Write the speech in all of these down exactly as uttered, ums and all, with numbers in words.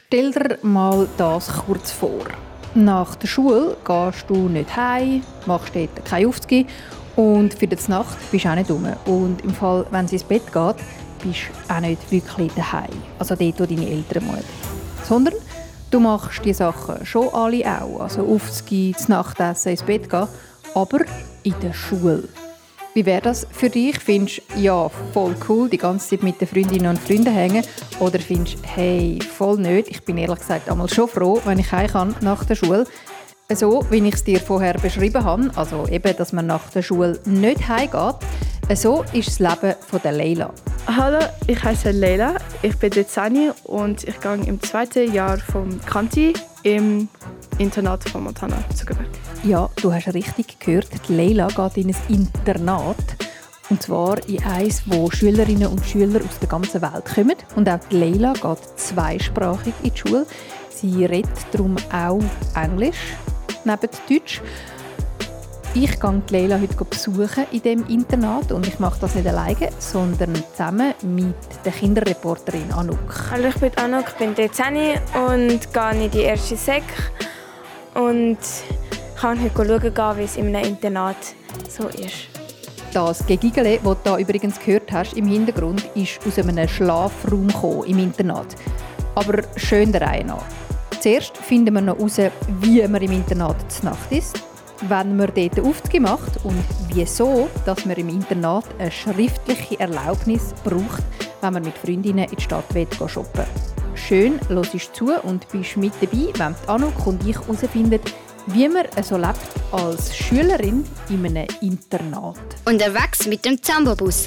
Stell dir mal das kurz vor. Nach der Schule gehst du nicht heim, machst dort keine Aufzüge und für die Nacht bist du auch nicht rum. Und im Fall, wenn es ins Bett geht, bist du auch nicht wirklich daheim. Also dort, wo deine Eltern wohnen. Sondern du machst die Sachen schon alle auch. Also Aufzüge, das Nachtessen, ins Bett gehen, aber in der Schule. Wie wäre das für dich? Findest du, ja, voll cool, die ganze Zeit mit den Freundinnen und Freunden hängen? Oder findest du, hey, voll nicht? Ich bin ehrlich gesagt einmal schon froh, wenn ich heim kann nach der Schule. So, wie ich es dir vorher beschrieben habe, also eben, dass man nach der Schule nicht heimgeht, so ist das Leben von der Leila. Hallo, ich heiße Leila, ich bin dreizehn und ich gehe im zweiten Jahr vom Kanti im Internat von Montana Zuckerberg. Ja, du hast richtig gehört, die Leila geht in ein Internat. Und zwar in eins, wo Schülerinnen und Schüler aus der ganzen Welt kommen. Und auch die Leila geht zweisprachig in die Schule. Sie redet darum auch Englisch neben Deutsch. Ich gehe die Leila heute besuchen in diesem Internat und ich mache das nicht alleine, sondern zusammen mit der Kinderreporterin Anouk. Hallo, ich bin Anouk, ich bin dreizehn und gehe in die erste Sek und kann heute schauen, wie es in einem Internat so ist. Das Gegigele, das du da übrigens gehört hast im Hintergrund, ist aus einem Schlafraum gekommen, im Internat. Aber schön der Reihe nach. Zuerst finden wir noch heraus, wie man im Internat zur Nacht ist, wenn man dort Aufzüge macht und wieso, dass man im Internat eine schriftliche Erlaubnis braucht, wenn man mit Freundinnen in die Stadt shoppen will. Schön hörst du zu und bist mit dabei, wenn Anouk und ich herausfinden, wie man so lebt als Schülerin in einem Internat. Unterwegs mit dem Zambobus.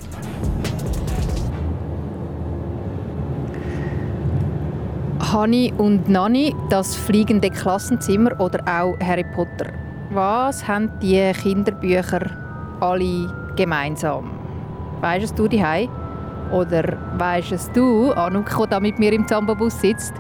Hani und Nani, das fliegende Klassenzimmer oder auch Harry Potter. Was haben die Kinderbücher alle gemeinsam? Weisst du daheim? Oder weisst du, Anouk, die da mit mir im Zambobus sitzt?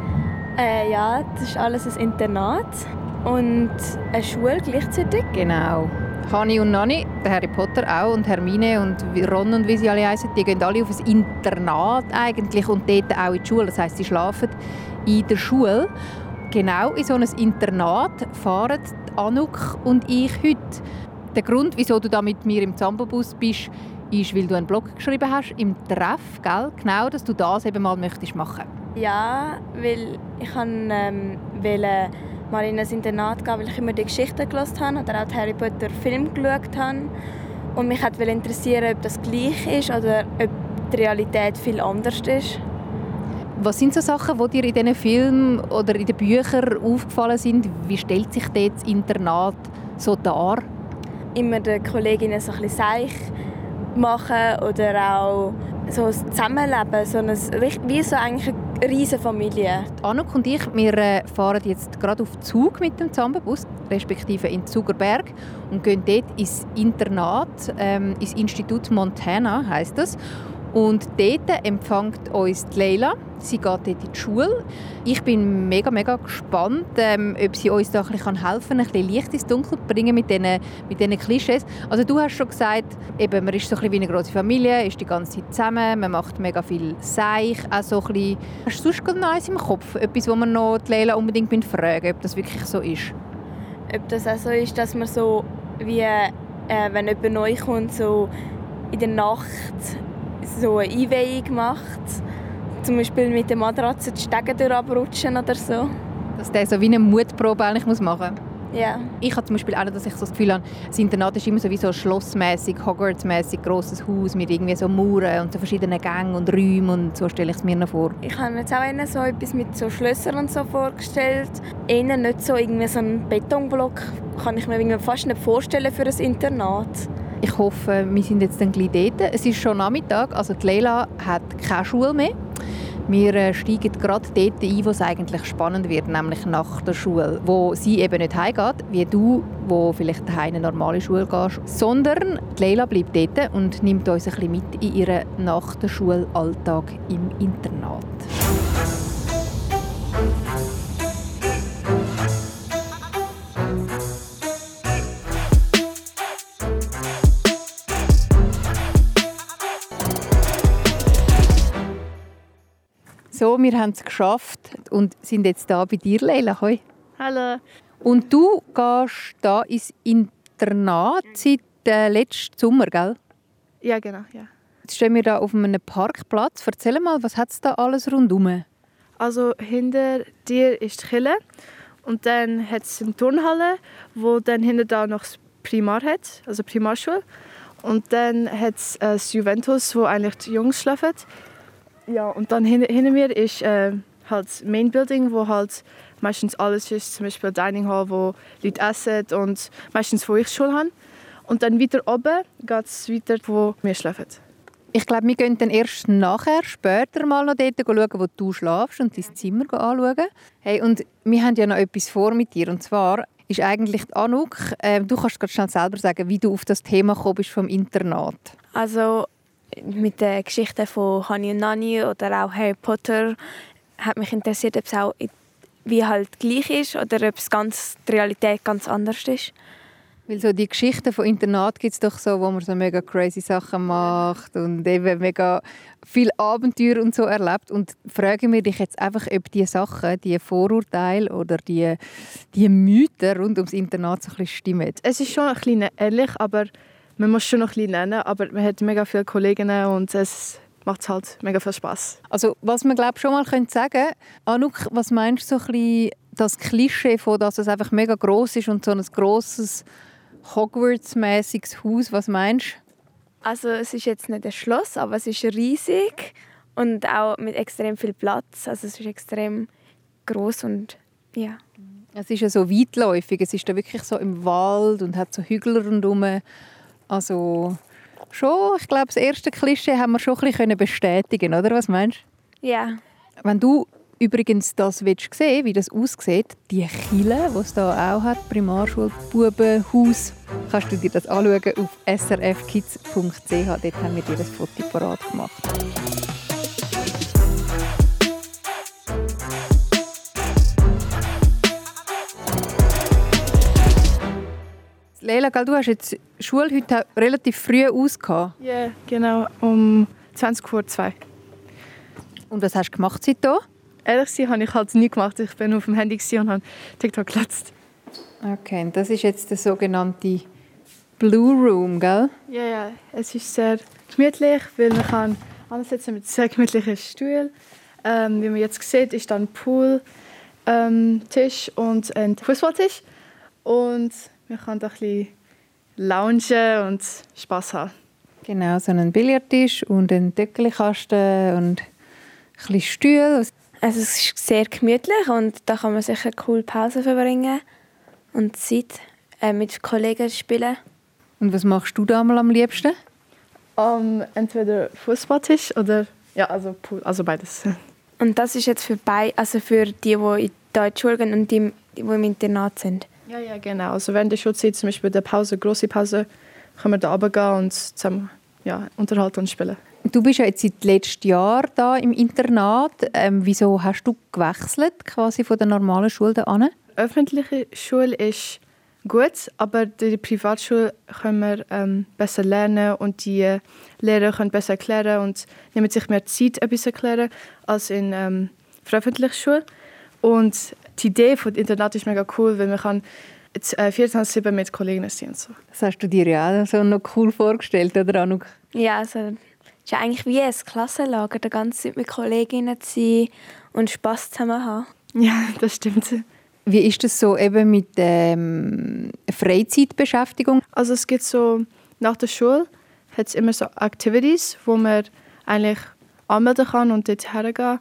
Äh, ja, das ist alles ein Internat und eine Schule gleichzeitig. Genau. Hani und Nani, der Harry Potter auch und Hermine und Ron und wie sie alle heißen, die gehen alle auf ein Internat eigentlich und dort auch in die Schule. Das heisst, sie schlafen in der Schule. Genau in so ein Internat fahren Anouk und ich heute. Der Grund, wieso du da mit mir im Zambobus bist, ist, weil du einen Blog geschrieben hast im Treff, gell? Genau, dass du das eben mal möchtest machen. Ja, weil ich ähm, wollte mal in ein Internat gehen, weil ich immer die Geschichten gelesen habe oder auch den Harry Potter Film geschaut habe. Und mich wollte interessieren, ob das gleich ist oder ob die Realität viel anders ist. Was sind so Sachen, die dir in diesen Filmen oder in den Büchern aufgefallen sind? Wie stellt sich dort das Internat so dar? Immer den Kolleginnen so ein bisschen seich machen oder auch so ein Zusammenleben, so eine, wie so eigentlich eine riesige Familie. Anouk und ich, wir fahren jetzt gerade auf Zug mit dem Zambobus, respektive in Zuckerberg, und gehen dort ins Internat, ähm, ins Institut Montana heisst das. Und dort empfängt uns die Leila. Sie geht dort in die Schule. Ich bin mega, mega gespannt, ähm, ob sie uns da ein bisschen helfen kann, ein bisschen Licht ins Dunkel bringen mit diesen, mit diesen Klischees. Also du hast schon gesagt, eben, man ist so ein bisschen wie eine grosse Familie, ist die ganze Zeit zusammen, man macht mega viel Seich. Auch so ein bisschen, hast du sonst noch eins im Kopf? Etwas, wo man noch die Leila unbedingt fragen, ob das wirklich so ist? Ob das auch so ist, dass man so, wie äh, wenn jemand neu kommt, so in der Nacht so eine Einweihung macht. Zum Beispiel mit der Matratze die Stege durchabrutschen oder so. Dass der so wie eine Mutprobe eigentlich machen muss. Ja. Ich habe zum Beispiel auch, dass ich so das Gefühl habe, das Internat ist immer so wie so schlossmässig, Hogwarts-mässig, grosses Haus mit irgendwie so Mauern und so verschiedenen Gängen und Räumen und so stelle ich es mir noch vor. Ich habe mir jetzt auch so etwas mit so Schlössern und so vorgestellt. Innen nicht so irgendwie so einen Betonblock, kann ich mir fast nicht vorstellen für ein Internat. Ich hoffe, wir sind jetzt dann gleich dort. Es ist schon Nachmittag, also die Leila hat keine Schule mehr. Wir steigen gerade dort ein, wo es eigentlich spannend wird, nämlich nach der Schule, wo sie eben nicht heimgeht, wie du, wo vielleicht daheim in eine normale Schule gehst, sondern die Leila bleibt dort und nimmt uns ein bisschen mit in ihren nach der Schule Alltag im Internat. so, wir haben es geschafft und sind jetzt da bei dir, Leila. Hoi. Hallo. Und du gehst da ins Internat seit äh, letzten Sommer, gell? Ja, genau, ja. Jetzt stehen wir da auf einem Parkplatz. Erzähl mal, was hat es da alles rundherum? Also hinter dir ist die Kirche und dann hat es eine Turnhalle, wo dann hinter da noch das Primar hat, also Primarschule. Und dann hat es äh, das Juventus, wo eigentlich die Jungs schlafen. Ja, und dann hinter, hinter mir ist äh, halt das Main Building, wo halt meistens alles ist, zum Beispiel Dining Hall, wo Leute essen und meistens, wo ich Schule habe. Und dann weiter oben geht es weiter, wo wir schlafen. Ich glaube, wir gehen dann erst nachher, später mal noch dort schauen, wo du schlafst und dein Zimmer anschauen. Hey, und wir haben ja noch etwas vor mit dir. Und zwar ist eigentlich die Anouk, äh, du kannst gerade schnell selber sagen, wie du auf das Thema gekommen bist vom Internat. Also mit den Geschichten von Hani und Nani oder auch Harry Potter hat mich interessiert, ob es auch wie halt gleich ist oder ob es ganz, die Realität ganz anders ist. Weil so die Geschichten von Internat gibt es doch so, wo man so mega crazy Sachen macht und eben mega viel Abenteuer und so erlebt. Und fragen wir dich jetzt einfach, ob diese Sachen, die Vorurteile oder die, die Mythen rund ums Internat so ein bisschen stimmen. Es ist schon ein bisschen ehrlich, aber man muss schon noch ein bisschen lernen. Aber man hat mega viele Kolleginnen und es macht halt mega viel Spass. Also was man glaub, schon mal sagen könnte, Anouk, was meinst du so ein bisschen das Klischee von, dass es einfach mega gross ist und so ein grosses Hogwarts-mäßiges Haus, was meinst du? Also es ist jetzt nicht ein Schloss, aber es ist riesig und auch mit extrem viel Platz. Also es ist extrem gross und ja. Es ist ja so weitläufig, es ist da wirklich so im Wald und hat so Hügel rundherum. Also schon, ich glaube, das erste Klischee haben wir schon ein bisschen bestätigen, oder? Was meinst du? Ja. Wenn du übrigens das willst sehen, wie das aussieht, die Kille, die es da auch hat, Primarschule, Bubenhaus, kannst du dir das anschauen auf s r f kids punkt c h. Dort haben wir dir ein Foto parat gemacht. Leila, du hast jetzt Schule heute relativ früh ausgehabt. Ja, yeah, genau, um zwanzig vor zwei. Und was hast du gemacht seitdem? Ehrlich gesagt habe ich halt nichts gemacht. Ich bin auf dem Handy und habe TikTok gelatzt. Okay, das ist jetzt der sogenannte Blue Room, gell? Ja, ja. Es ist sehr gemütlich, weil man kann ansetzen mit sehr gemütlichen Stühlen. Ähm, wie man jetzt sieht, ist dann ein Pool, ähm, Tisch und ein Fußballtisch. Und man kann da ein bisschen loungen und Spass haben. Genau, so einen Billardtisch und einen Töckelkasten und ein bisschen Stühle. Also es ist sehr gemütlich und da kann man sicher cool Pause verbringen und Zeit äh, mit Kollegen spielen. Und was machst du da mal am liebsten? Um, entweder Fußballtisch oder ja, also Pool, also beides. Und das ist jetzt für bei, also für die, die in die Schule gehen und die, die im Internat sind. Ja, ja, genau. Also während der Schulzeit, zum Beispiel der Pause, große Pause, können wir da runtergehen und zusammen ja, unterhalten und spielen. Du bist ja jetzt seit letztem Jahr da im Internat. Ähm, wieso hast du gewechselt quasi von der normalen Schule da an? Die öffentliche Schule ist gut, aber die Privatschule können wir ähm, besser lernen und die Lehrer können besser erklären und nehmen sich mehr Zeit, etwas zu erklären, als in ähm, der öffentlichen Schule. Und die Idee des Internats ist mega cool, weil man kann jetzt äh, vierundzwanzig sieben mit Kollegen sein und so. Das hast du dir ja auch so noch cool vorgestellt, oder Anouk? Ja, also es ist eigentlich wie ein Klassenlager, die ganze Zeit mit Kolleginnen zu sein und Spass zusammen haben. Ja, das stimmt. Wie ist das so eben mit ähm, Freizeitbeschäftigung? Also es gibt so, nach der Schule hat es immer so Activities, wo man eigentlich anmelden kann und dort hergehen.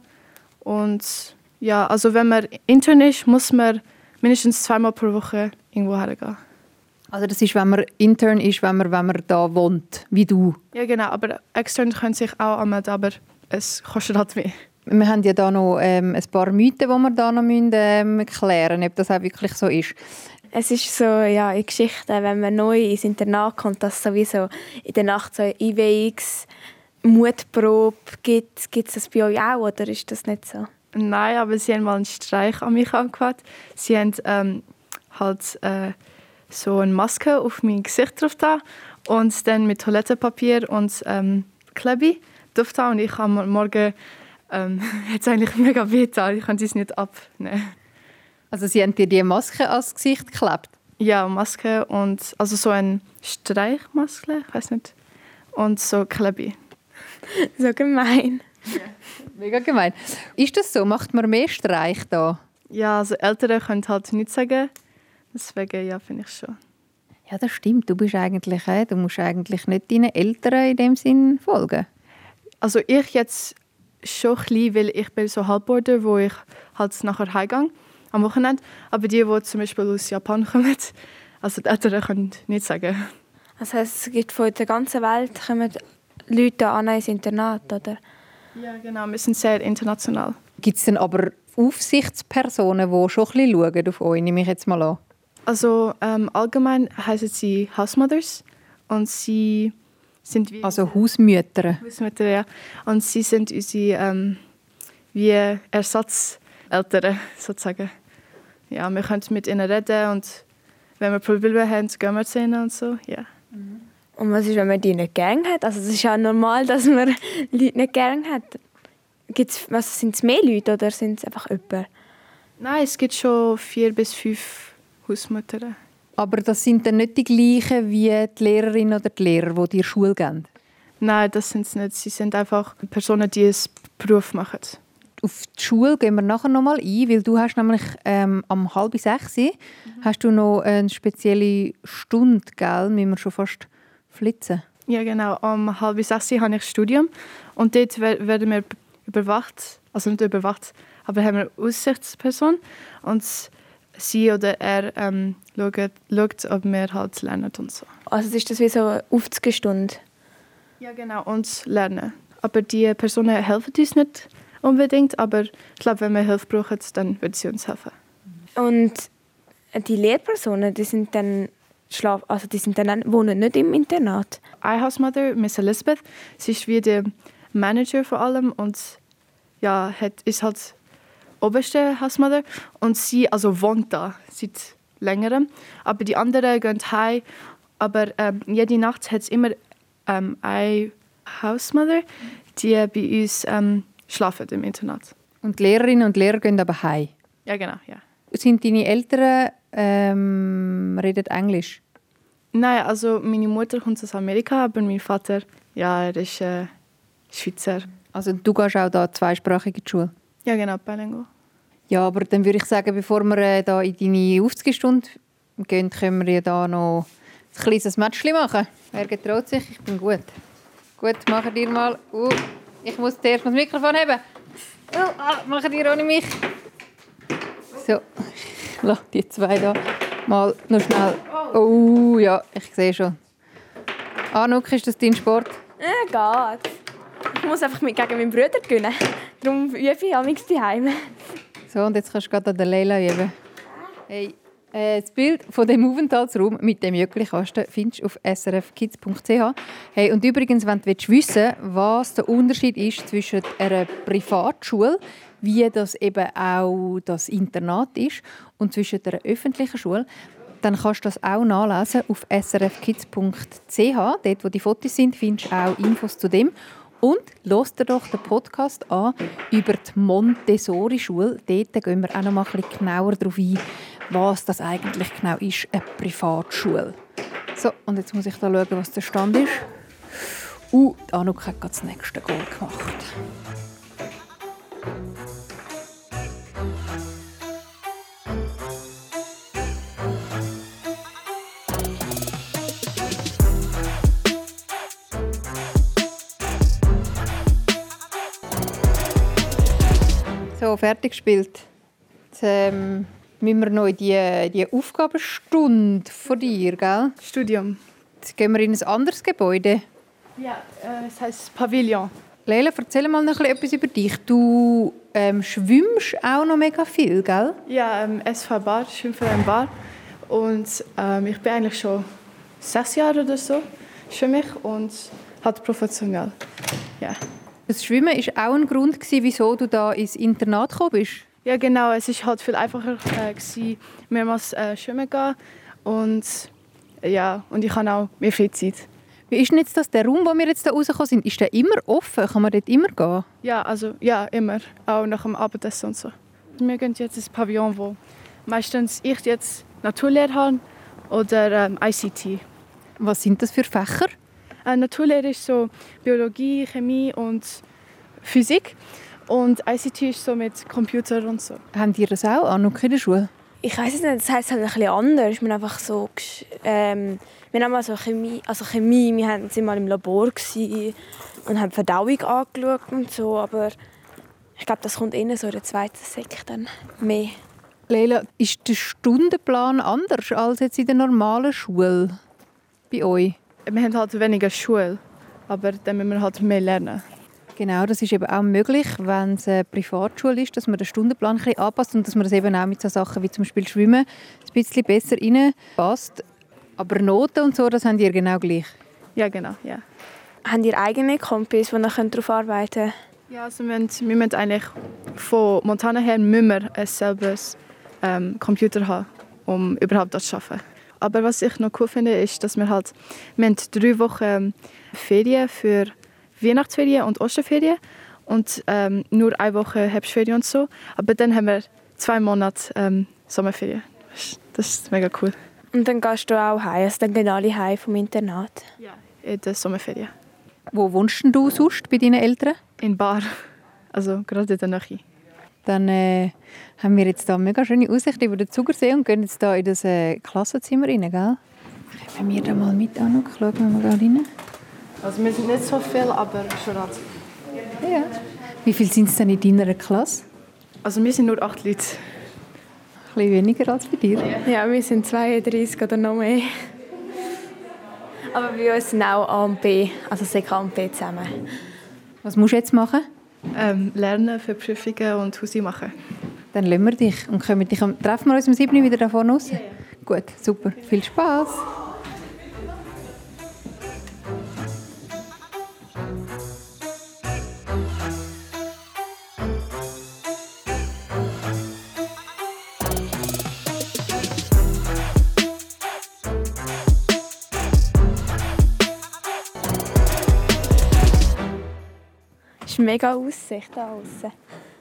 Und ja, also wenn man intern ist, muss man mindestens zweimal pro Woche irgendwo hergehen. Also das ist, wenn man intern ist, wenn man, wenn man da wohnt, wie du? Ja genau, aber extern können sich auch anmelden, aber es kostet halt mehr. Wir haben ja da noch ähm, ein paar Mythen, die wir da noch müssen, ähm, klären müssen, ob das auch wirklich so ist. Es ist so, ja, in Geschichten, wenn man neu ins Internat kommt, dass es sowieso in der Nacht so Einweihungs- Mutprobe gibt. Gibt es das bei euch auch, oder ist das nicht so? Nein, aber sie haben mal einen Streich an mich angewandt. Sie haben ähm, halt äh, so eine Maske auf mein Gesicht drauf da und dann mit Toilettenpapier und ähm, Klebi drauf da. Und ich am Morgen ähm, hat es eigentlich mega weh getan. Ich konnte es nicht abnehmen. Also sie haben dir die Maske ans Gesicht geklebt? Ja, Maske und also so ein Streichmaske, ich weiß nicht. Und so Klebi. So gemein. Mega gemein. Ist das so? Macht man mehr Streich da? Ja, also Ältere können halt nichts sagen. Deswegen, ja, finde ich schon. Ja, das stimmt. Du bist eigentlich, äh, du musst eigentlich nicht deinen Eltern in dem Sinn folgen. Also ich jetzt schon ein bisschen, weil ich bin so Halbborder, wo ich halt nachher heimgehe am Wochenende. Aber die, die zum Beispiel aus Japan kommen, also die Eltern können nichts sagen. Das heisst, es gibt von der ganzen Welt kommen Leute an ins Internat, oder? Ja, genau. Wir sind sehr international. Gibt es denn aber Aufsichtspersonen, die schon ein bisschen schauen auf euch, nehme ich jetzt mal an? Also ähm, allgemein heißen sie House Mothers und sie sind wie Also Hausmütter. Hausmütter, ja. Und sie sind unsere ähm, wie Ersatzeltern sozusagen. Ja, wir können mit ihnen reden und wenn wir Probleme haben, gehen wir zu ihnen und so. Ja. Und was ist, wenn man die nicht gerne hat? Also es ist ja normal, dass man Leute nicht gerne hat. Gibt's, was, sind es mehr Leute oder sind es einfach jemand? Nein, es gibt schon vier bis fünf Hausmütter. Aber das sind dann nicht die gleichen wie die Lehrerin oder die Lehrer, die dir Schule geben? Nein, das sind es nicht. Sie sind einfach Personen, die einen Beruf machen. Auf die Schule gehen wir nachher noch mal ein, weil du hast nämlich ähm, am halb sechs mhm. hast du noch eine spezielle Stunde, gell? Müssen wir schon fast flitzen. Ja, genau. Um halb sechs habe ich Studium und dort werden wir überwacht, also nicht überwacht, aber haben wir eine Aussichtsperson und sie oder er ähm, schaut, schaut, ob wir halt lernen und so. Also ist das wie so eine Aufzugsstunde? Ja, genau, und lernen. Aber die Personen helfen uns nicht unbedingt, aber ich glaube, wenn wir Hilfe brauchen, dann würden sie uns helfen. Und die Lehrpersonen, die sind dann Schlaf, also die sind dann wohnen nicht im Internat? Eine House Mother, Miss Elizabeth, sie ist wie der Manager vor allem und ja, hat, ist halt oberste House Mother und sie also wohnt da seit längerem. Aber die anderen gehen heim. Aber ähm, jede Nacht hat es immer ähm, eine House Mother, die bei uns ähm, schlafen im Internat. Und die Lehrerinnen und Lehrer gehen aber heim? Ja, genau, ja. Sind deine Eltern ähm, reden Englisch? Nein, also meine Mutter kommt aus Amerika, aber mein Vater, ja, er ist äh, Schweizer. Also du gehst auch da zweisprachig in die Schule? Ja, genau, bilingual. Ja, aber dann würde ich sagen, bevor wir äh, da in deine Aufzugsstunde gehen, können wir ja da noch ein kleines Matchchen machen. Wer getraut sich? Ich bin gut. Gut, machen dir mal. Uh, ich muss zuerst mal das Mikrofon haben. Uh, ah, machen dir ohne mich. So, ich lasse die zwei da mal noch schnell. Oh ja, ich sehe schon. Anuk, ist das dein Sport? Ja, geht. Ich muss einfach mit gegen meinen Bruder gewinnen. Darum übe ich amigs daheim. So, und jetzt kannst du gerade an der Leila üben. Hey, äh, das Bild von dem Aufenthaltsraum mit dem Jöckli-Kasten findest du auf s r f kids punkt c h. Hey, und übrigens, wenn du wissen willst, was der Unterschied ist zwischen einer Privatschule, wie das eben auch das Internat ist, und zwischen einer öffentlichen Schule, dann kannst du das auch nachlesen auf s r f kids punkt c h. Dort, wo die Fotos sind, findest du auch Infos zu dem. Und hört dir doch den Podcast an über die Montessori-Schule. Dort gehen wir auch noch mal ein bisschen genauer darauf ein, was das eigentlich genau ist, eine Privatschule. So, und jetzt muss ich da schauen, was der Stand ist. Uh, Anuk hat gerade das nächste Goal gemacht. So, fertig gespielt. Jetzt ähm, müssen wir noch in die, die Aufgabenstunde von dir, gell? Studium. Jetzt gehen wir in ein anderes Gebäude. Ja, äh, es heisst Pavillon. Leila, erzähl mal noch etwas über dich. Du ähm, schwimmst auch noch mega viel, gell? Ja, ähm, S V Bar, Schwimmverein Bar. Und ähm, ich bin eigentlich schon sechs Jahre oder so schwimme ich und halt professionell. Ja. Das Schwimmen war auch ein Grund, wieso du da ins Internat gekommen bist? Ja, genau. Es war halt viel einfacher, äh, gewesen, mehrmals äh, schwimmen gehen. Und, ja, und ich habe auch mehr Freizeit. Wie ist denn jetzt das, der Raum, wo wir jetzt da rausgekommen sind, ist der immer offen? Kann man dort immer gehen? Ja, also ja, immer. Auch nach dem Abendessen und so. Wir gehen jetzt ins Pavillon, wo meistens ich jetzt Naturlehre habe oder ähm, I C T. Was sind das für Fächer? Äh, Naturlehre ist so Biologie, Chemie und Physik. Und I C T ist so mit Computer und so. Habt ihr das auch, Anouk, in der Schule? Ich weiß es nicht, das heisst halt ein bisschen anders. Wir haben einfach so, ähm, wir haben mal so Chemie, also Chemie, wir waren mal im Labor und haben die Verdauung angeschaut und so, aber ich glaube, das kommt eher so in der zweiten Sek dann mehr. Leila, ist der Stundenplan anders als jetzt in der normalen Schule bei euch? Wir haben halt weniger Schule, aber dann müssen wir halt mehr lernen. Genau, das ist eben auch möglich, wenn es eine Privatschule ist, dass man den Stundenplan ein bisschen anpasst und dass man das eben auch mit so Sachen wie zum Beispiel Schwimmen ein bisschen besser reinpasst. Aber Noten und so, das habt ihr genau gleich? Ja, genau, ja. Habt ihr eigene Kompis, die noch darauf arbeiten können? Ja, also wir, müssen, wir müssen eigentlich von Montana her müssen wir ein selberes ähm, Computer haben, um überhaupt das zu schaffen. Aber was ich noch cool finde, ist, dass wir halt wir haben drei Wochen Ferien für Weihnachtsferien und Osterferien und ähm, nur eine Woche Herbstferien und so. Aber dann haben wir zwei Monate ähm, Sommerferien. Das ist mega cool. Und dann gehst du auch heim, also dann gehen alle heim vom Internat? Ja, in der Sommerferien. Wo wohnst denn du sonst bei deinen Eltern? In Bar, also gerade in der Nähe. Dann äh, haben wir jetzt da eine mega schöne Aussicht über den Zugersee und gehen jetzt da in das äh, Klassenzimmer rein, gell? Wenn wir da mal mit Anouk, schauen wir mal rein. Also wir sind nicht so viel, aber schon alt. Ja. Wie viele sind es denn in deiner Klasse? Also wir sind nur acht Leute. Ein bisschen weniger als bei dir. Ja, wir sind zweiunddreißig oder noch mehr. Aber bei uns sind auch A und B, also Sek A und B zusammen. Was musst du jetzt machen? Ähm, lernen für Prüfungen und Hausi machen. Dann lassen wir dich und kommen dich am, treffen wir uns um sieben Uhr wieder da vorne raus? Ja, ja. Gut, super. Viel Spass. Es ist eine mega Aussicht da draussen.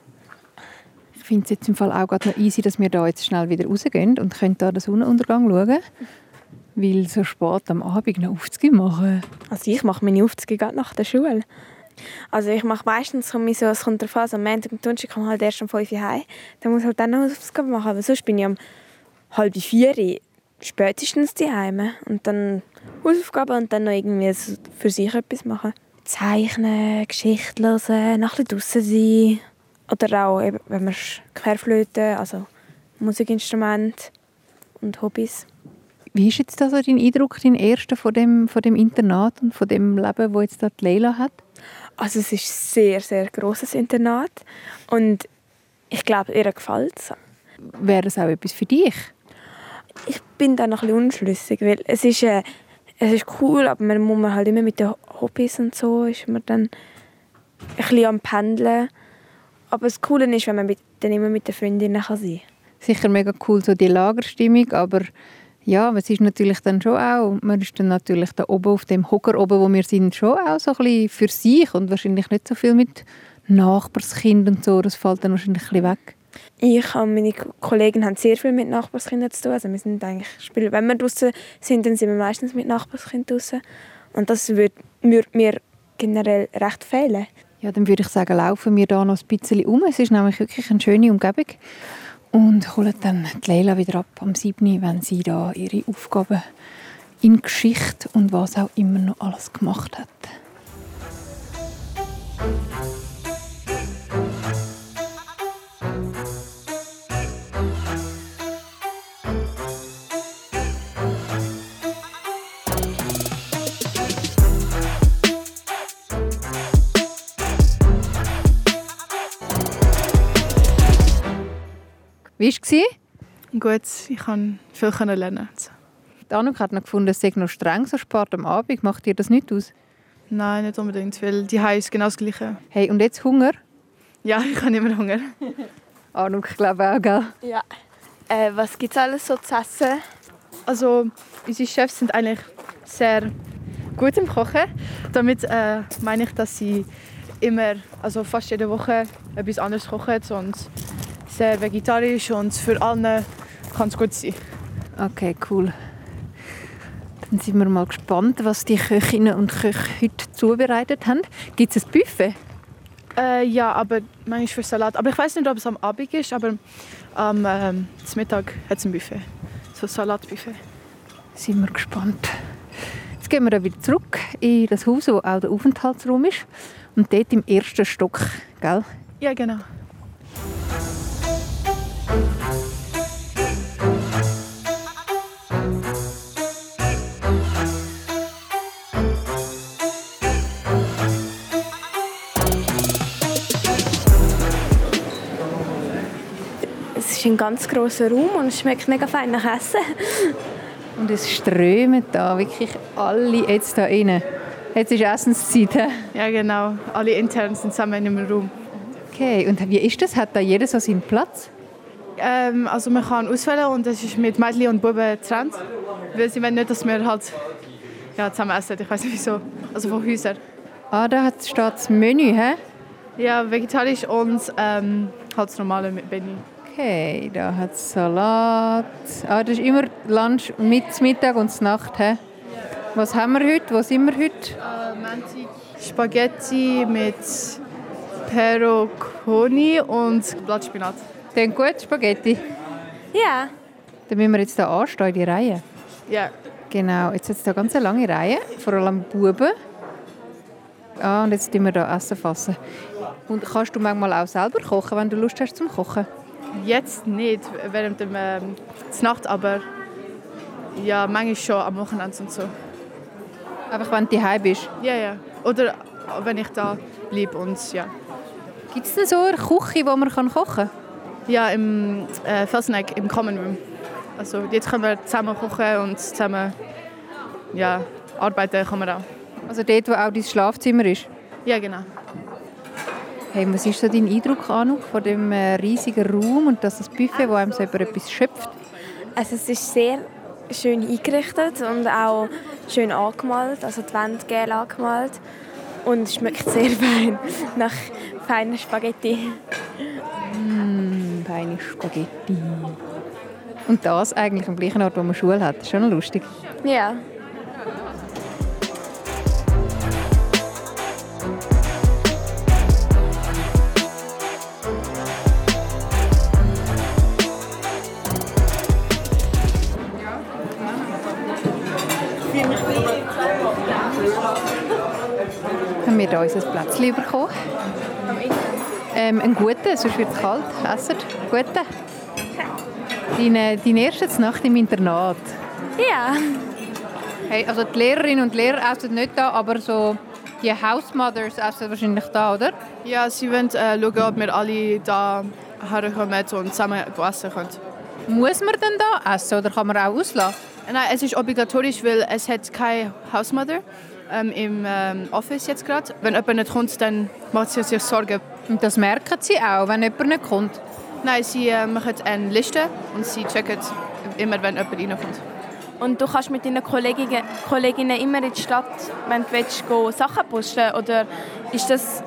Ich finde es jetzt im Fall auch gerade noch easy, dass wir da jetzt schnell wieder rausgehen und können da den Sonnenuntergang schauen. Weil so spät am Abend noch Aufzüge machen. Also ich mache meine Aufzüge gerade nach der Schule. Also ich mache meistens, so, es kommt darauf an, so am Montag und Donnerstag komme ich halt erst um fünf Uhr heim. Dann muss ich halt dann noch Aufzüge machen. Aber sonst bin ich um halb vier Uhr spätestens daheim. Und dann Hausaufgaben und dann noch irgendwie für sich etwas machen. Zeichnen, Geschichte hören, noch ein bisschen draussen sein. Oder auch, eben, wenn man Querflöte, also Musikinstrumente und Hobbys. Wie ist jetzt also dein Eindruck, dein erster von dem, von dem Internat und von dem Leben, das jetzt da die Leila hat? Also es ist ein sehr, sehr grosses Internat und ich glaube, ihr gefällt es. Wäre es auch etwas für dich? Ich bin da noch ein bisschen unschlüssig, weil es ist, äh, es ist cool, aber man muss man halt immer mit den Hobbys und so, ist man dann ein bisschen am Pendeln. Aber das Coole ist, wenn man mit, dann immer mit den Freundinnen sein kann. Sicher mega cool, so die Lagerstimmung, aber ja, es ist natürlich dann schon auch, man ist dann natürlich da oben auf dem Hocker oben, wo wir sind, schon auch so ein bisschen für sich und wahrscheinlich nicht so viel mit Nachbarskindern und so, das fällt dann wahrscheinlich ein bisschen weg. Ich und meine Kollegen haben sehr viel mit Nachbarskindern zu tun. Also wir sind eigentlich, wenn wir draußen sind, dann sind wir meistens mit Nachbarskindern draußen. Und das würde mir generell recht fehlen. Ja, dann würde ich sagen, laufen wir da noch ein bisschen um. Es ist nämlich wirklich eine schöne Umgebung. Und holen dann die Leila wieder ab am sieben Uhr, wenn sie da ihre Aufgaben in Geschichte und was auch immer noch alles gemacht hat. Wie war es? Gut, ich konnte viel lernen. Die Anouk hat noch gefunden, es sei noch streng so spät am Abend. Macht dir das nicht aus? Nein, nicht unbedingt, weil die Hause ist genau das Gleiche. Hey, und jetzt Hunger? Ja, ich habe immer Hunger. Anouk, ich glaube auch, gell? Ja. Äh, was gibt es alles so zu essen? Also, unsere Chefs sind eigentlich sehr gut im Kochen. Damit äh, meine ich, dass sie immer, also fast jede Woche etwas anderes kochen und sehr vegetarisch und für alle kann es gut sein. Okay, cool. Dann sind wir mal gespannt, was die Köchinnen und Köche heute zubereitet haben. Gibt es ein Buffet? Äh, ja, aber manchmal für Salat. Aber ich weiß nicht, ob es am Abend ist, aber am ähm, Mittag hat es ein Buffet. So ein Salatbuffet. Sind wir gespannt. Jetzt gehen wir dann wieder zurück in das Haus, wo auch der Aufenthaltsraum ist. Und dort im ersten Stock, gell? Ja, genau. Es ist ein ganz grosser Raum und es schmeckt mega fein nach Essen. Und es strömen da wirklich alle jetzt da rein. Jetzt ist Essenszeit. He? Ja, genau. Alle intern sind zusammen in einem Raum. Okay, und wie ist das? Hat da jeder so seinen Platz? Ähm, also man kann auswählen und es ist mit Mädchen und Buben getrennt. Weil sie wollen nicht, dass wir halt ja, zusammen essen. Ich weiß nicht wieso. Also von Häusern. Ah, da steht das Menü, hä? Ja, vegetarisch und ähm, halt das normale Menü. Okay, da hat es Salat. Ah, das ist immer Lunch mit Mittag und Nacht, hä? Was haben wir heute? Wo sind wir heute? Äh, Spaghetti mit Peronconi und Blattspinat. Klingt gut, Spaghetti. Ja. Dann müssen wir jetzt hier anstehen in die Reihe. Ja. Genau, jetzt hat es hier ganz eine lange Reihe, vor allem Buben. Ah, und jetzt fassen wir hier Essen fassen. Und kannst du manchmal auch selber kochen, wenn du Lust hast zum Kochen? Jetzt nicht, während der ähm, Nacht, aber ja, manchmal schon am Wochenende und so. Einfach wenn du daheim bist? Ja, ja. Oder wenn ich da bleibe und ja. Gibt es denn so eine Küche, wo man kochen kann? Ja, im äh, Felseneck, im Common Room. Also jetzt können wir zusammen kochen und zusammen ja, arbeiten kann man auch. Also dort, wo auch dein Schlafzimmer ist? Ja, genau. Hey, was ist so dein Eindruck, Anu, von dem äh, riesigen Raum und das, das Buffet, wo einem so über etwas schöpft? Also es ist sehr schön eingerichtet und auch schön angemalt, also die Wände gel angemalt. Und es schmeckt sehr fein, nach feinen Spaghetti. Mmh, feine Spaghetti. Und das eigentlich am gleichen Ort, wo man Schule hat. Das ist schon noch lustig. Ja. Haben wir hier unser Plätzchen bekommen. Ähm, einen guten, sonst wird es kalt. Essen? Guten? Deine, deine erste Nacht im Internat. Ja. Hey, also die Lehrerinnen und Lehrer essen nicht da, aber so die Housemothers essen wahrscheinlich da, oder? Ja, sie wollen äh, schauen, ob wir alle da herkommen und zusammen essen können. Muss man denn da essen oder kann man auch auslassen? Nein, es ist obligatorisch, weil es hat keine Hausmother ähm, im ähm, Office jetzt gerade. Wenn jemand nicht kommt, dann macht sie sich Sorgen. Und das merken sie auch, wenn jemand nicht kommt? Nein, sie äh, machen eine Liste und sie checken immer, wenn jemand reinkommt. Und du kannst mit deinen Kolleginnen, Kolleginnen immer in die Stadt, wenn du willst, gehen, Sachen posten? Oder ist das...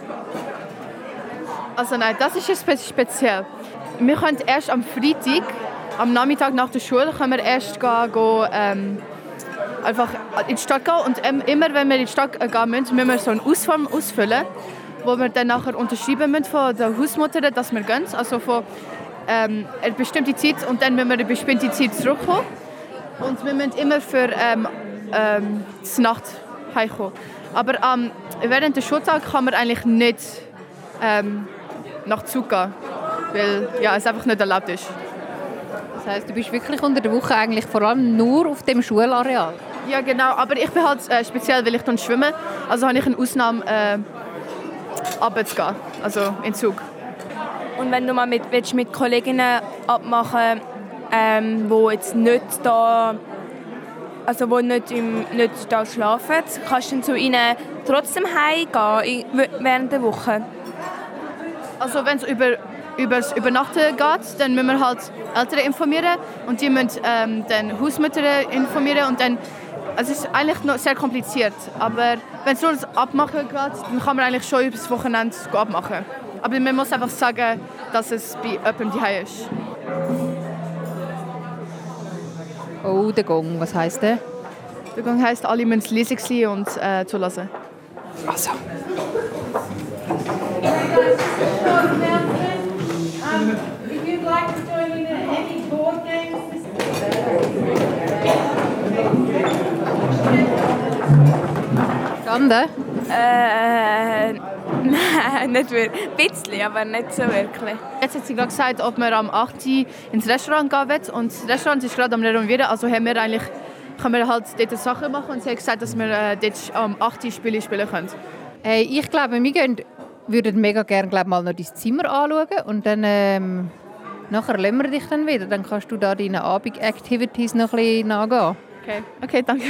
Also nein, das ist jetzt speziell. Wir können erst am Freitag, am Nachmittag nach der Schule, können wir erst gehen, gehen, ähm, einfach in die Stadt gehen. Und ähm, immer, wenn wir in die Stadt gehen müssen, müssen wir so eine Ausform ausfüllen, wo wir dann nachher unterschreiben müssen von der Hausmutter, dass wir gehen. Also von ähm, eine bestimmte Zeit und dann müssen wir eine bestimmte Zeit zurückkommen. Und wir müssen immer für ähm, ähm, die Nacht heimkommen. Aber ähm, während der Schultag kann man eigentlich nicht ähm, nach Zug gehen, weil ja, es einfach nicht erlaubt ist. Das heisst, du bist wirklich unter der Woche eigentlich vor allem nur auf dem Schulareal? Ja, genau. Aber ich bin halt äh, speziell, weil ich dann schwimme. Also habe ich eine Ausnahme, äh, runterzugehen, also in Zug. Und wenn du mal mit, willst, mit Kolleginnen abmachen, ähm, die jetzt nicht da, also wo nicht, im, nicht da schlafen, kannst du zu ihnen trotzdem heimgehen während der Woche? Also wenn es über über das Übernachten geht, dann müssen wir halt Eltern informieren und die müssen ähm, dann Hausmütter informieren und dann Es ist eigentlich noch sehr kompliziert, aber wenn es nur das Abmachen geht, dann kann man eigentlich schon über das Wochenende abmachen. Aber man muss einfach sagen, dass es bei jemandem daheim ist. Oh, der Gong, was heisst der? Der Gong heisst, alle müssen leise sein und äh, zulassen. Also. Standen? Äh, nein, nicht wirklich. Ein bisschen, aber nicht so wirklich. Jetzt hat sie gerade gesagt, ob wir am acht Uhr ins Restaurant gehen wollen. Und das Restaurant ist gerade am Renovieren, also haben wir eigentlich, können wir halt dort Sachen machen. Und sie hat gesagt, dass wir äh, dort am acht Uhr Spiele spielen können. Hey, ich glaube, wir gehen, würden mega gerne glaub, mal noch dein Zimmer anschauen. Und dann ähm, nachher lassen wir dich dann wieder. Dann kannst du da deine Abend-Activities noch ein bisschen nachgehen. Okay, okay, danke.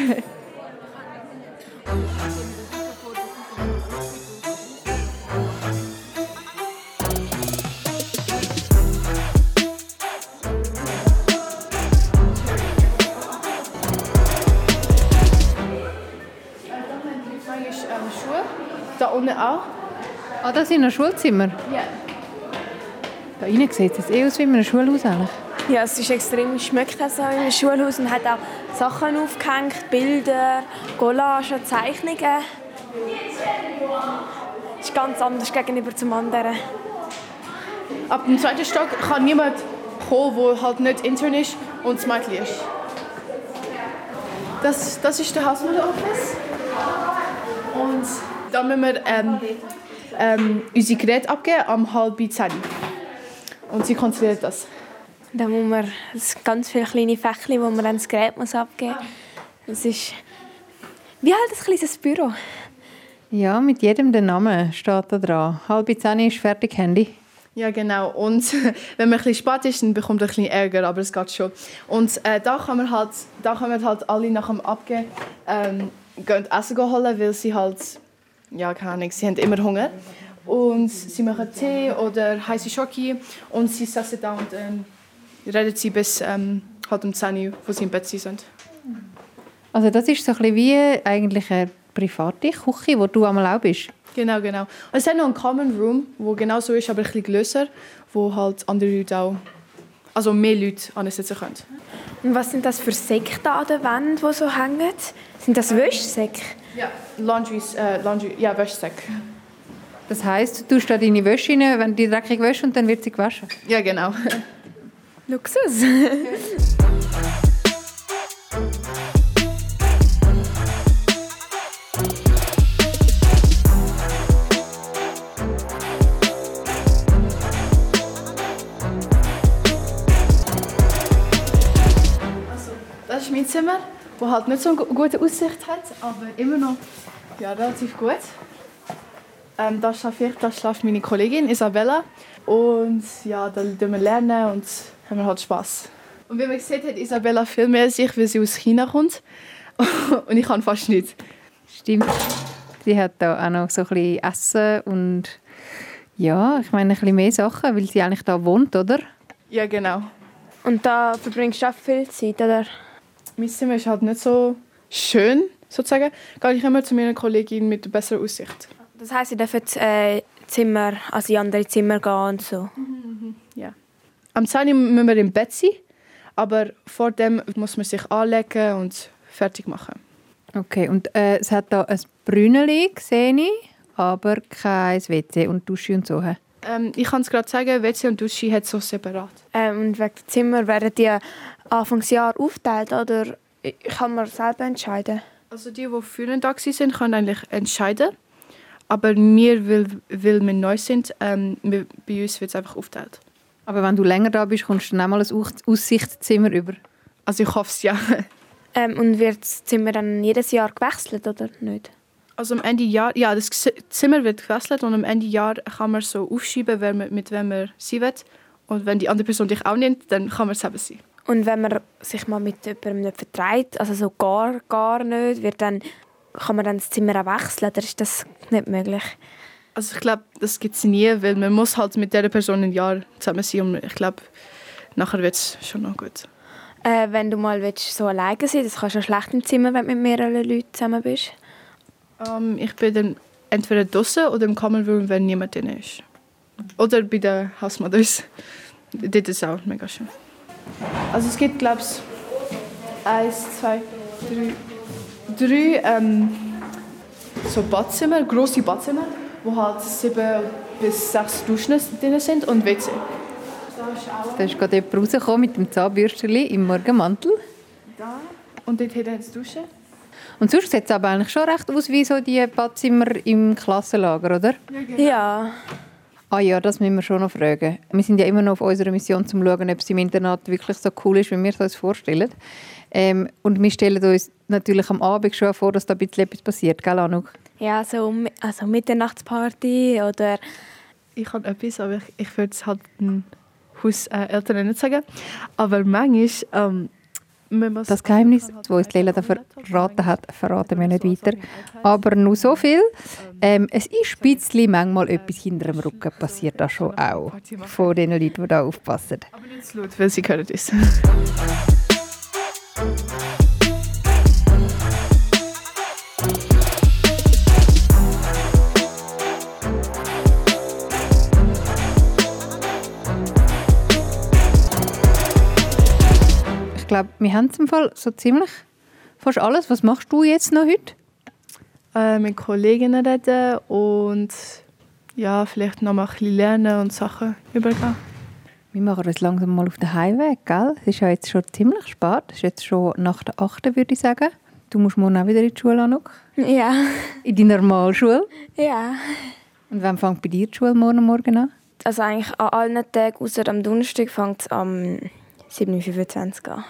Da unten auch. Ah, das sind noch Schulzimmer? Ja. Da rein sieht es eh aus wie in einem Schulhaus eigentlich. Ja, es ist extrem schmeckt also in einem Schulhaus und hat auch Sachen aufgehängt, Bilder, Collagen, Zeichnungen. Es ist ganz anders gegenüber zum anderen. Ab dem zweiten Stock kann niemand kommen, der halt nicht intern ist und das Mädchen ist. Das, das ist der Hausmodel-Office. Und da müssen wir ähm, ähm, unsere Geräte abgeben am halb zehn. Und sie kontrolliert das. Da muss man es ganz viele kleine Fächchen, wo man dann das Gerät muss abgeben muss. Das ist wie halt ein kleines Büro. Ja, mit jedem der Name steht da dran. Halb zehn ist fertig, Handy. Ja, genau. Und wenn man ein bisschen spät ist, dann bekommt man ein bisschen Ärger, aber es geht schon. Und äh, da kann man halt, da können wir halt alle nach dem Abgeben ähm, gehen Essen holen, weil sie halt, ja, keine Ahnung, sie haben immer Hunger. Und sie machen Tee oder heiße Schoki und sie sitzen da und ähm, reden sie bis ähm, halt um zehn Uhr, wo sie im Bett sind. Also das ist so ein bisschen wie eigentlich eine private Küche, wo du einmal auch bist. Genau, genau. Und es hat noch einen Common Room, der genau so ist, aber ein bisschen grösser, wo halt andere Leute auch, also mehr Leute ansitzen können. Und was sind das für Säcke da an der Wand, die so hängen? Sind das Wäschsäcke? Ja, Laundry, äh, Laundry, ja, Wäschsäcke. Das heisst, du tust da deine Wäsche rein, wenn du die dreckig wäschst und dann wird sie gewaschen? Ja, genau. Luxus. Das ist mein Zimmer, das halt nicht so eine gute Aussicht hat, aber immer noch ja, relativ gut. Ähm, da schlafe ich, da schlaft meine Kollegin Isabella. Und ja, da lernen wir lernen und haben wir halt Spass. Und wie man sieht, hat Isabella viel mehr als ich, weil sie aus China kommt. Und ich kann fast nichts. Stimmt. Sie hat da auch noch so ein bisschen Essen und ja, ich meine ein bisschen mehr Sachen, weil sie eigentlich da wohnt, oder? Ja, genau. Und da verbringst du auch viel Zeit, oder? Mein Zimmer ist halt nicht so schön, sozusagen. Gehe ich immer zu meiner Kollegin mit besserer Aussicht. Das heisst, ihr dürft äh, Zimmer, also in andere Zimmer gehen und so? Mhm, ja. Am zehn Uhr müssen wir im Bett sein, aber vor dem muss man sich anlegen und fertig machen. Okay, und äh, es hat da ein Brünneli, sehe ich, aber kein W C und Dusche und so. Ähm, ich kann es gerade sagen, W C und Dusche hat so separat. Ähm, und wegen dem Zimmer werden die Anfangsjahr aufgeteilt, oder kann man selber entscheiden? Also die, die früher da waren, können eigentlich entscheiden. Aber wir, weil, weil wir neu sind, ähm, wir, bei uns wird es einfach aufgeteilt. Aber wenn du länger da bist, kommst du dann auch mal ein Aussichtszimmer über? Also ich hoffe es, ja. Ähm, und wird das Zimmer dann jedes Jahr gewechselt, oder nicht? Also am Ende Jahr, ja, das Zimmer wird gewechselt und am Ende Jahr kann man so aufschreiben, wer man, mit wem man sein will. Und wenn die andere Person dich auch nimmt, dann kann man es selber sein. Und wenn man sich mal mit jemandem nicht verträgt, also so gar, gar nicht, wird dann, kann man dann das Zimmer auch wechseln, oder ist das nicht möglich? Also ich glaube, das gibt es nie, weil man muss halt mit dieser Person ein Jahr zusammen sein und ich glaube, nachher wird es schon noch gut. Äh, wenn du mal willst, so alleine sein willst, das kannst du ja schlecht im Zimmer, wenn du mit mehreren Leuten zusammen bist. Ähm, ich bin dann entweder draußen oder im Common Room, wenn niemand drin ist. Oder bei den Hausmothers. Das ist auch mega schön. Also es gibt, glaube ich, eins, zwei, drei, drei ähm, so Badzimmer, grosse Badzimmer, wo halt sieben bis sechs Duschen drin sind und W C. Da ist gerade jemand rausgekommen mit dem Zahnbürstchen im Morgenmantel. Da. Und dort hinten hat es Duschen. Und sonst sieht es aber eigentlich schon recht aus wie so die Badzimmer im Klassenlager, oder? Ja. Ah ja, das müssen wir schon noch fragen. Wir sind ja immer noch auf unserer Mission, um zu schauen, ob es im Internat wirklich so cool ist, wie wir es uns vorstellen. Ähm, und wir stellen uns natürlich am Abend schon vor, dass da ein bisschen etwas passiert, gell, Anouk? Ja, so also Mitternachtsparty oder... Ich habe etwas, aber ich, ich würde es halt den Hauseltern äh, nicht sagen. Aber manchmal... Ähm, das Geheimnis, das uns Leila da verraten hat, verraten wir nicht weiter. Aber nur so viel. Ähm, es ist ein bisschen manchmal etwas hinter dem Rücken passiert das schon auch. Von den Leuten, die da aufpassen. Aber nicht zu laut, weil sie hören das. Ich glaube, wir haben zum Fall so ziemlich fast alles. Was machst du jetzt noch heute? Äh, mit Kolleginnen reden und ja, vielleicht noch mal ein bisschen lernen und Sachen übergehen. Wir machen uns langsam mal auf den Heimweg, gell? Es ist ja jetzt schon ziemlich spät. Es ist jetzt schon nach der achten, würde ich sagen. Du musst morgen auch wieder in die Schule, Anouk? Ja. In die Normalschule? Ja. Und wann fängt bei dir die Schule morgen, morgen an? Also eigentlich an allen Tagen, außer am Donnerstag, fängt es am sieben Uhr fünfundzwanzig an.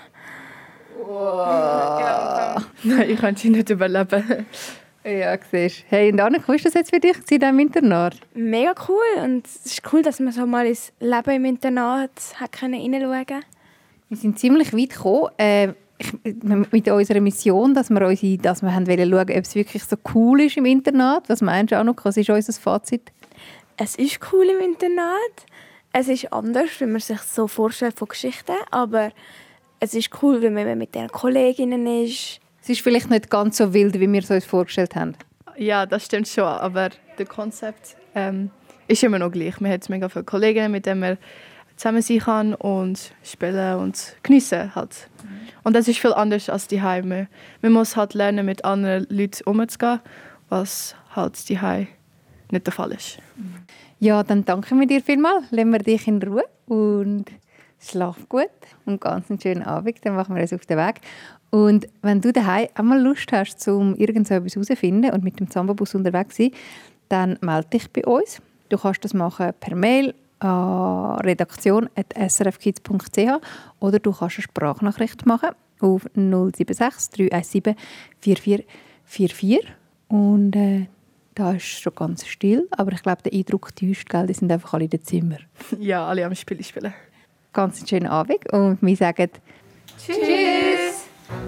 Wow. Nein, ich kann sie nicht überleben. Ja, siehst du. Hey, und Anouk, wie war das jetzt für dich in diesem Internat? Mega cool. Und es ist cool, dass man so mal ins Leben im Internat hineinschauen konnte. Wir sind ziemlich weit gekommen. Äh, ich, mit unserer Mission, dass wir, unsere, dass wir haben wollen schauen, ob es wirklich so cool ist im Internat. Was meinst du, Anouk? Was ist unser Fazit? Es ist cool im Internat. Es ist anders, wie man sich so vorstellt von Geschichten. Aber es ist cool, wenn man mit den Kolleginnen ist. Es ist vielleicht nicht ganz so wild, wie wir es uns vorgestellt haben. Ja, das stimmt schon. Aber das Konzept ähm, ist immer noch gleich. Man hat mega viele Kollegen, mit denen man zusammen sein kann und spielen und geniessen halt. Mhm. Und das ist viel anders als die Heime. Man muss halt lernen, mit anderen Leuten umzugehen, was halt die Heime nicht der Fall ist. Ja, dann danken wir dir vielmals. Lassen wir dich in Ruhe und schlaf gut und ganz einen schönen Abend. Dann machen wir uns auf den Weg. Und wenn du daheim einmal Lust hast, um irgendetwas herauszufinden und mit dem Zambobus unterwegs zu sein, dann melde dich bei uns. Du kannst das machen per Mail an redaktion at s r f kids punkt c h oder du kannst eine Sprachnachricht machen auf null sieben sechs drei eins sieben vier vier vier vier. Und äh, da ist schon ganz still, aber ich glaube, der Eindruck täuscht, gell? Die sind einfach alle in den Zimmern. Ja, alle am Spiel spielen. Ganz einen schönen Abend und wir sagen Tschüss!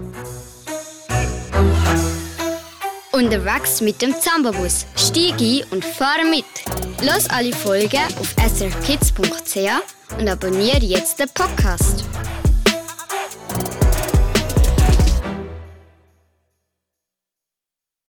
Unterwegs mit dem Zambobus. Steig ein und fahre mit. Los alle Folgen auf s r f kids punkt c h und abonniere jetzt den Podcast.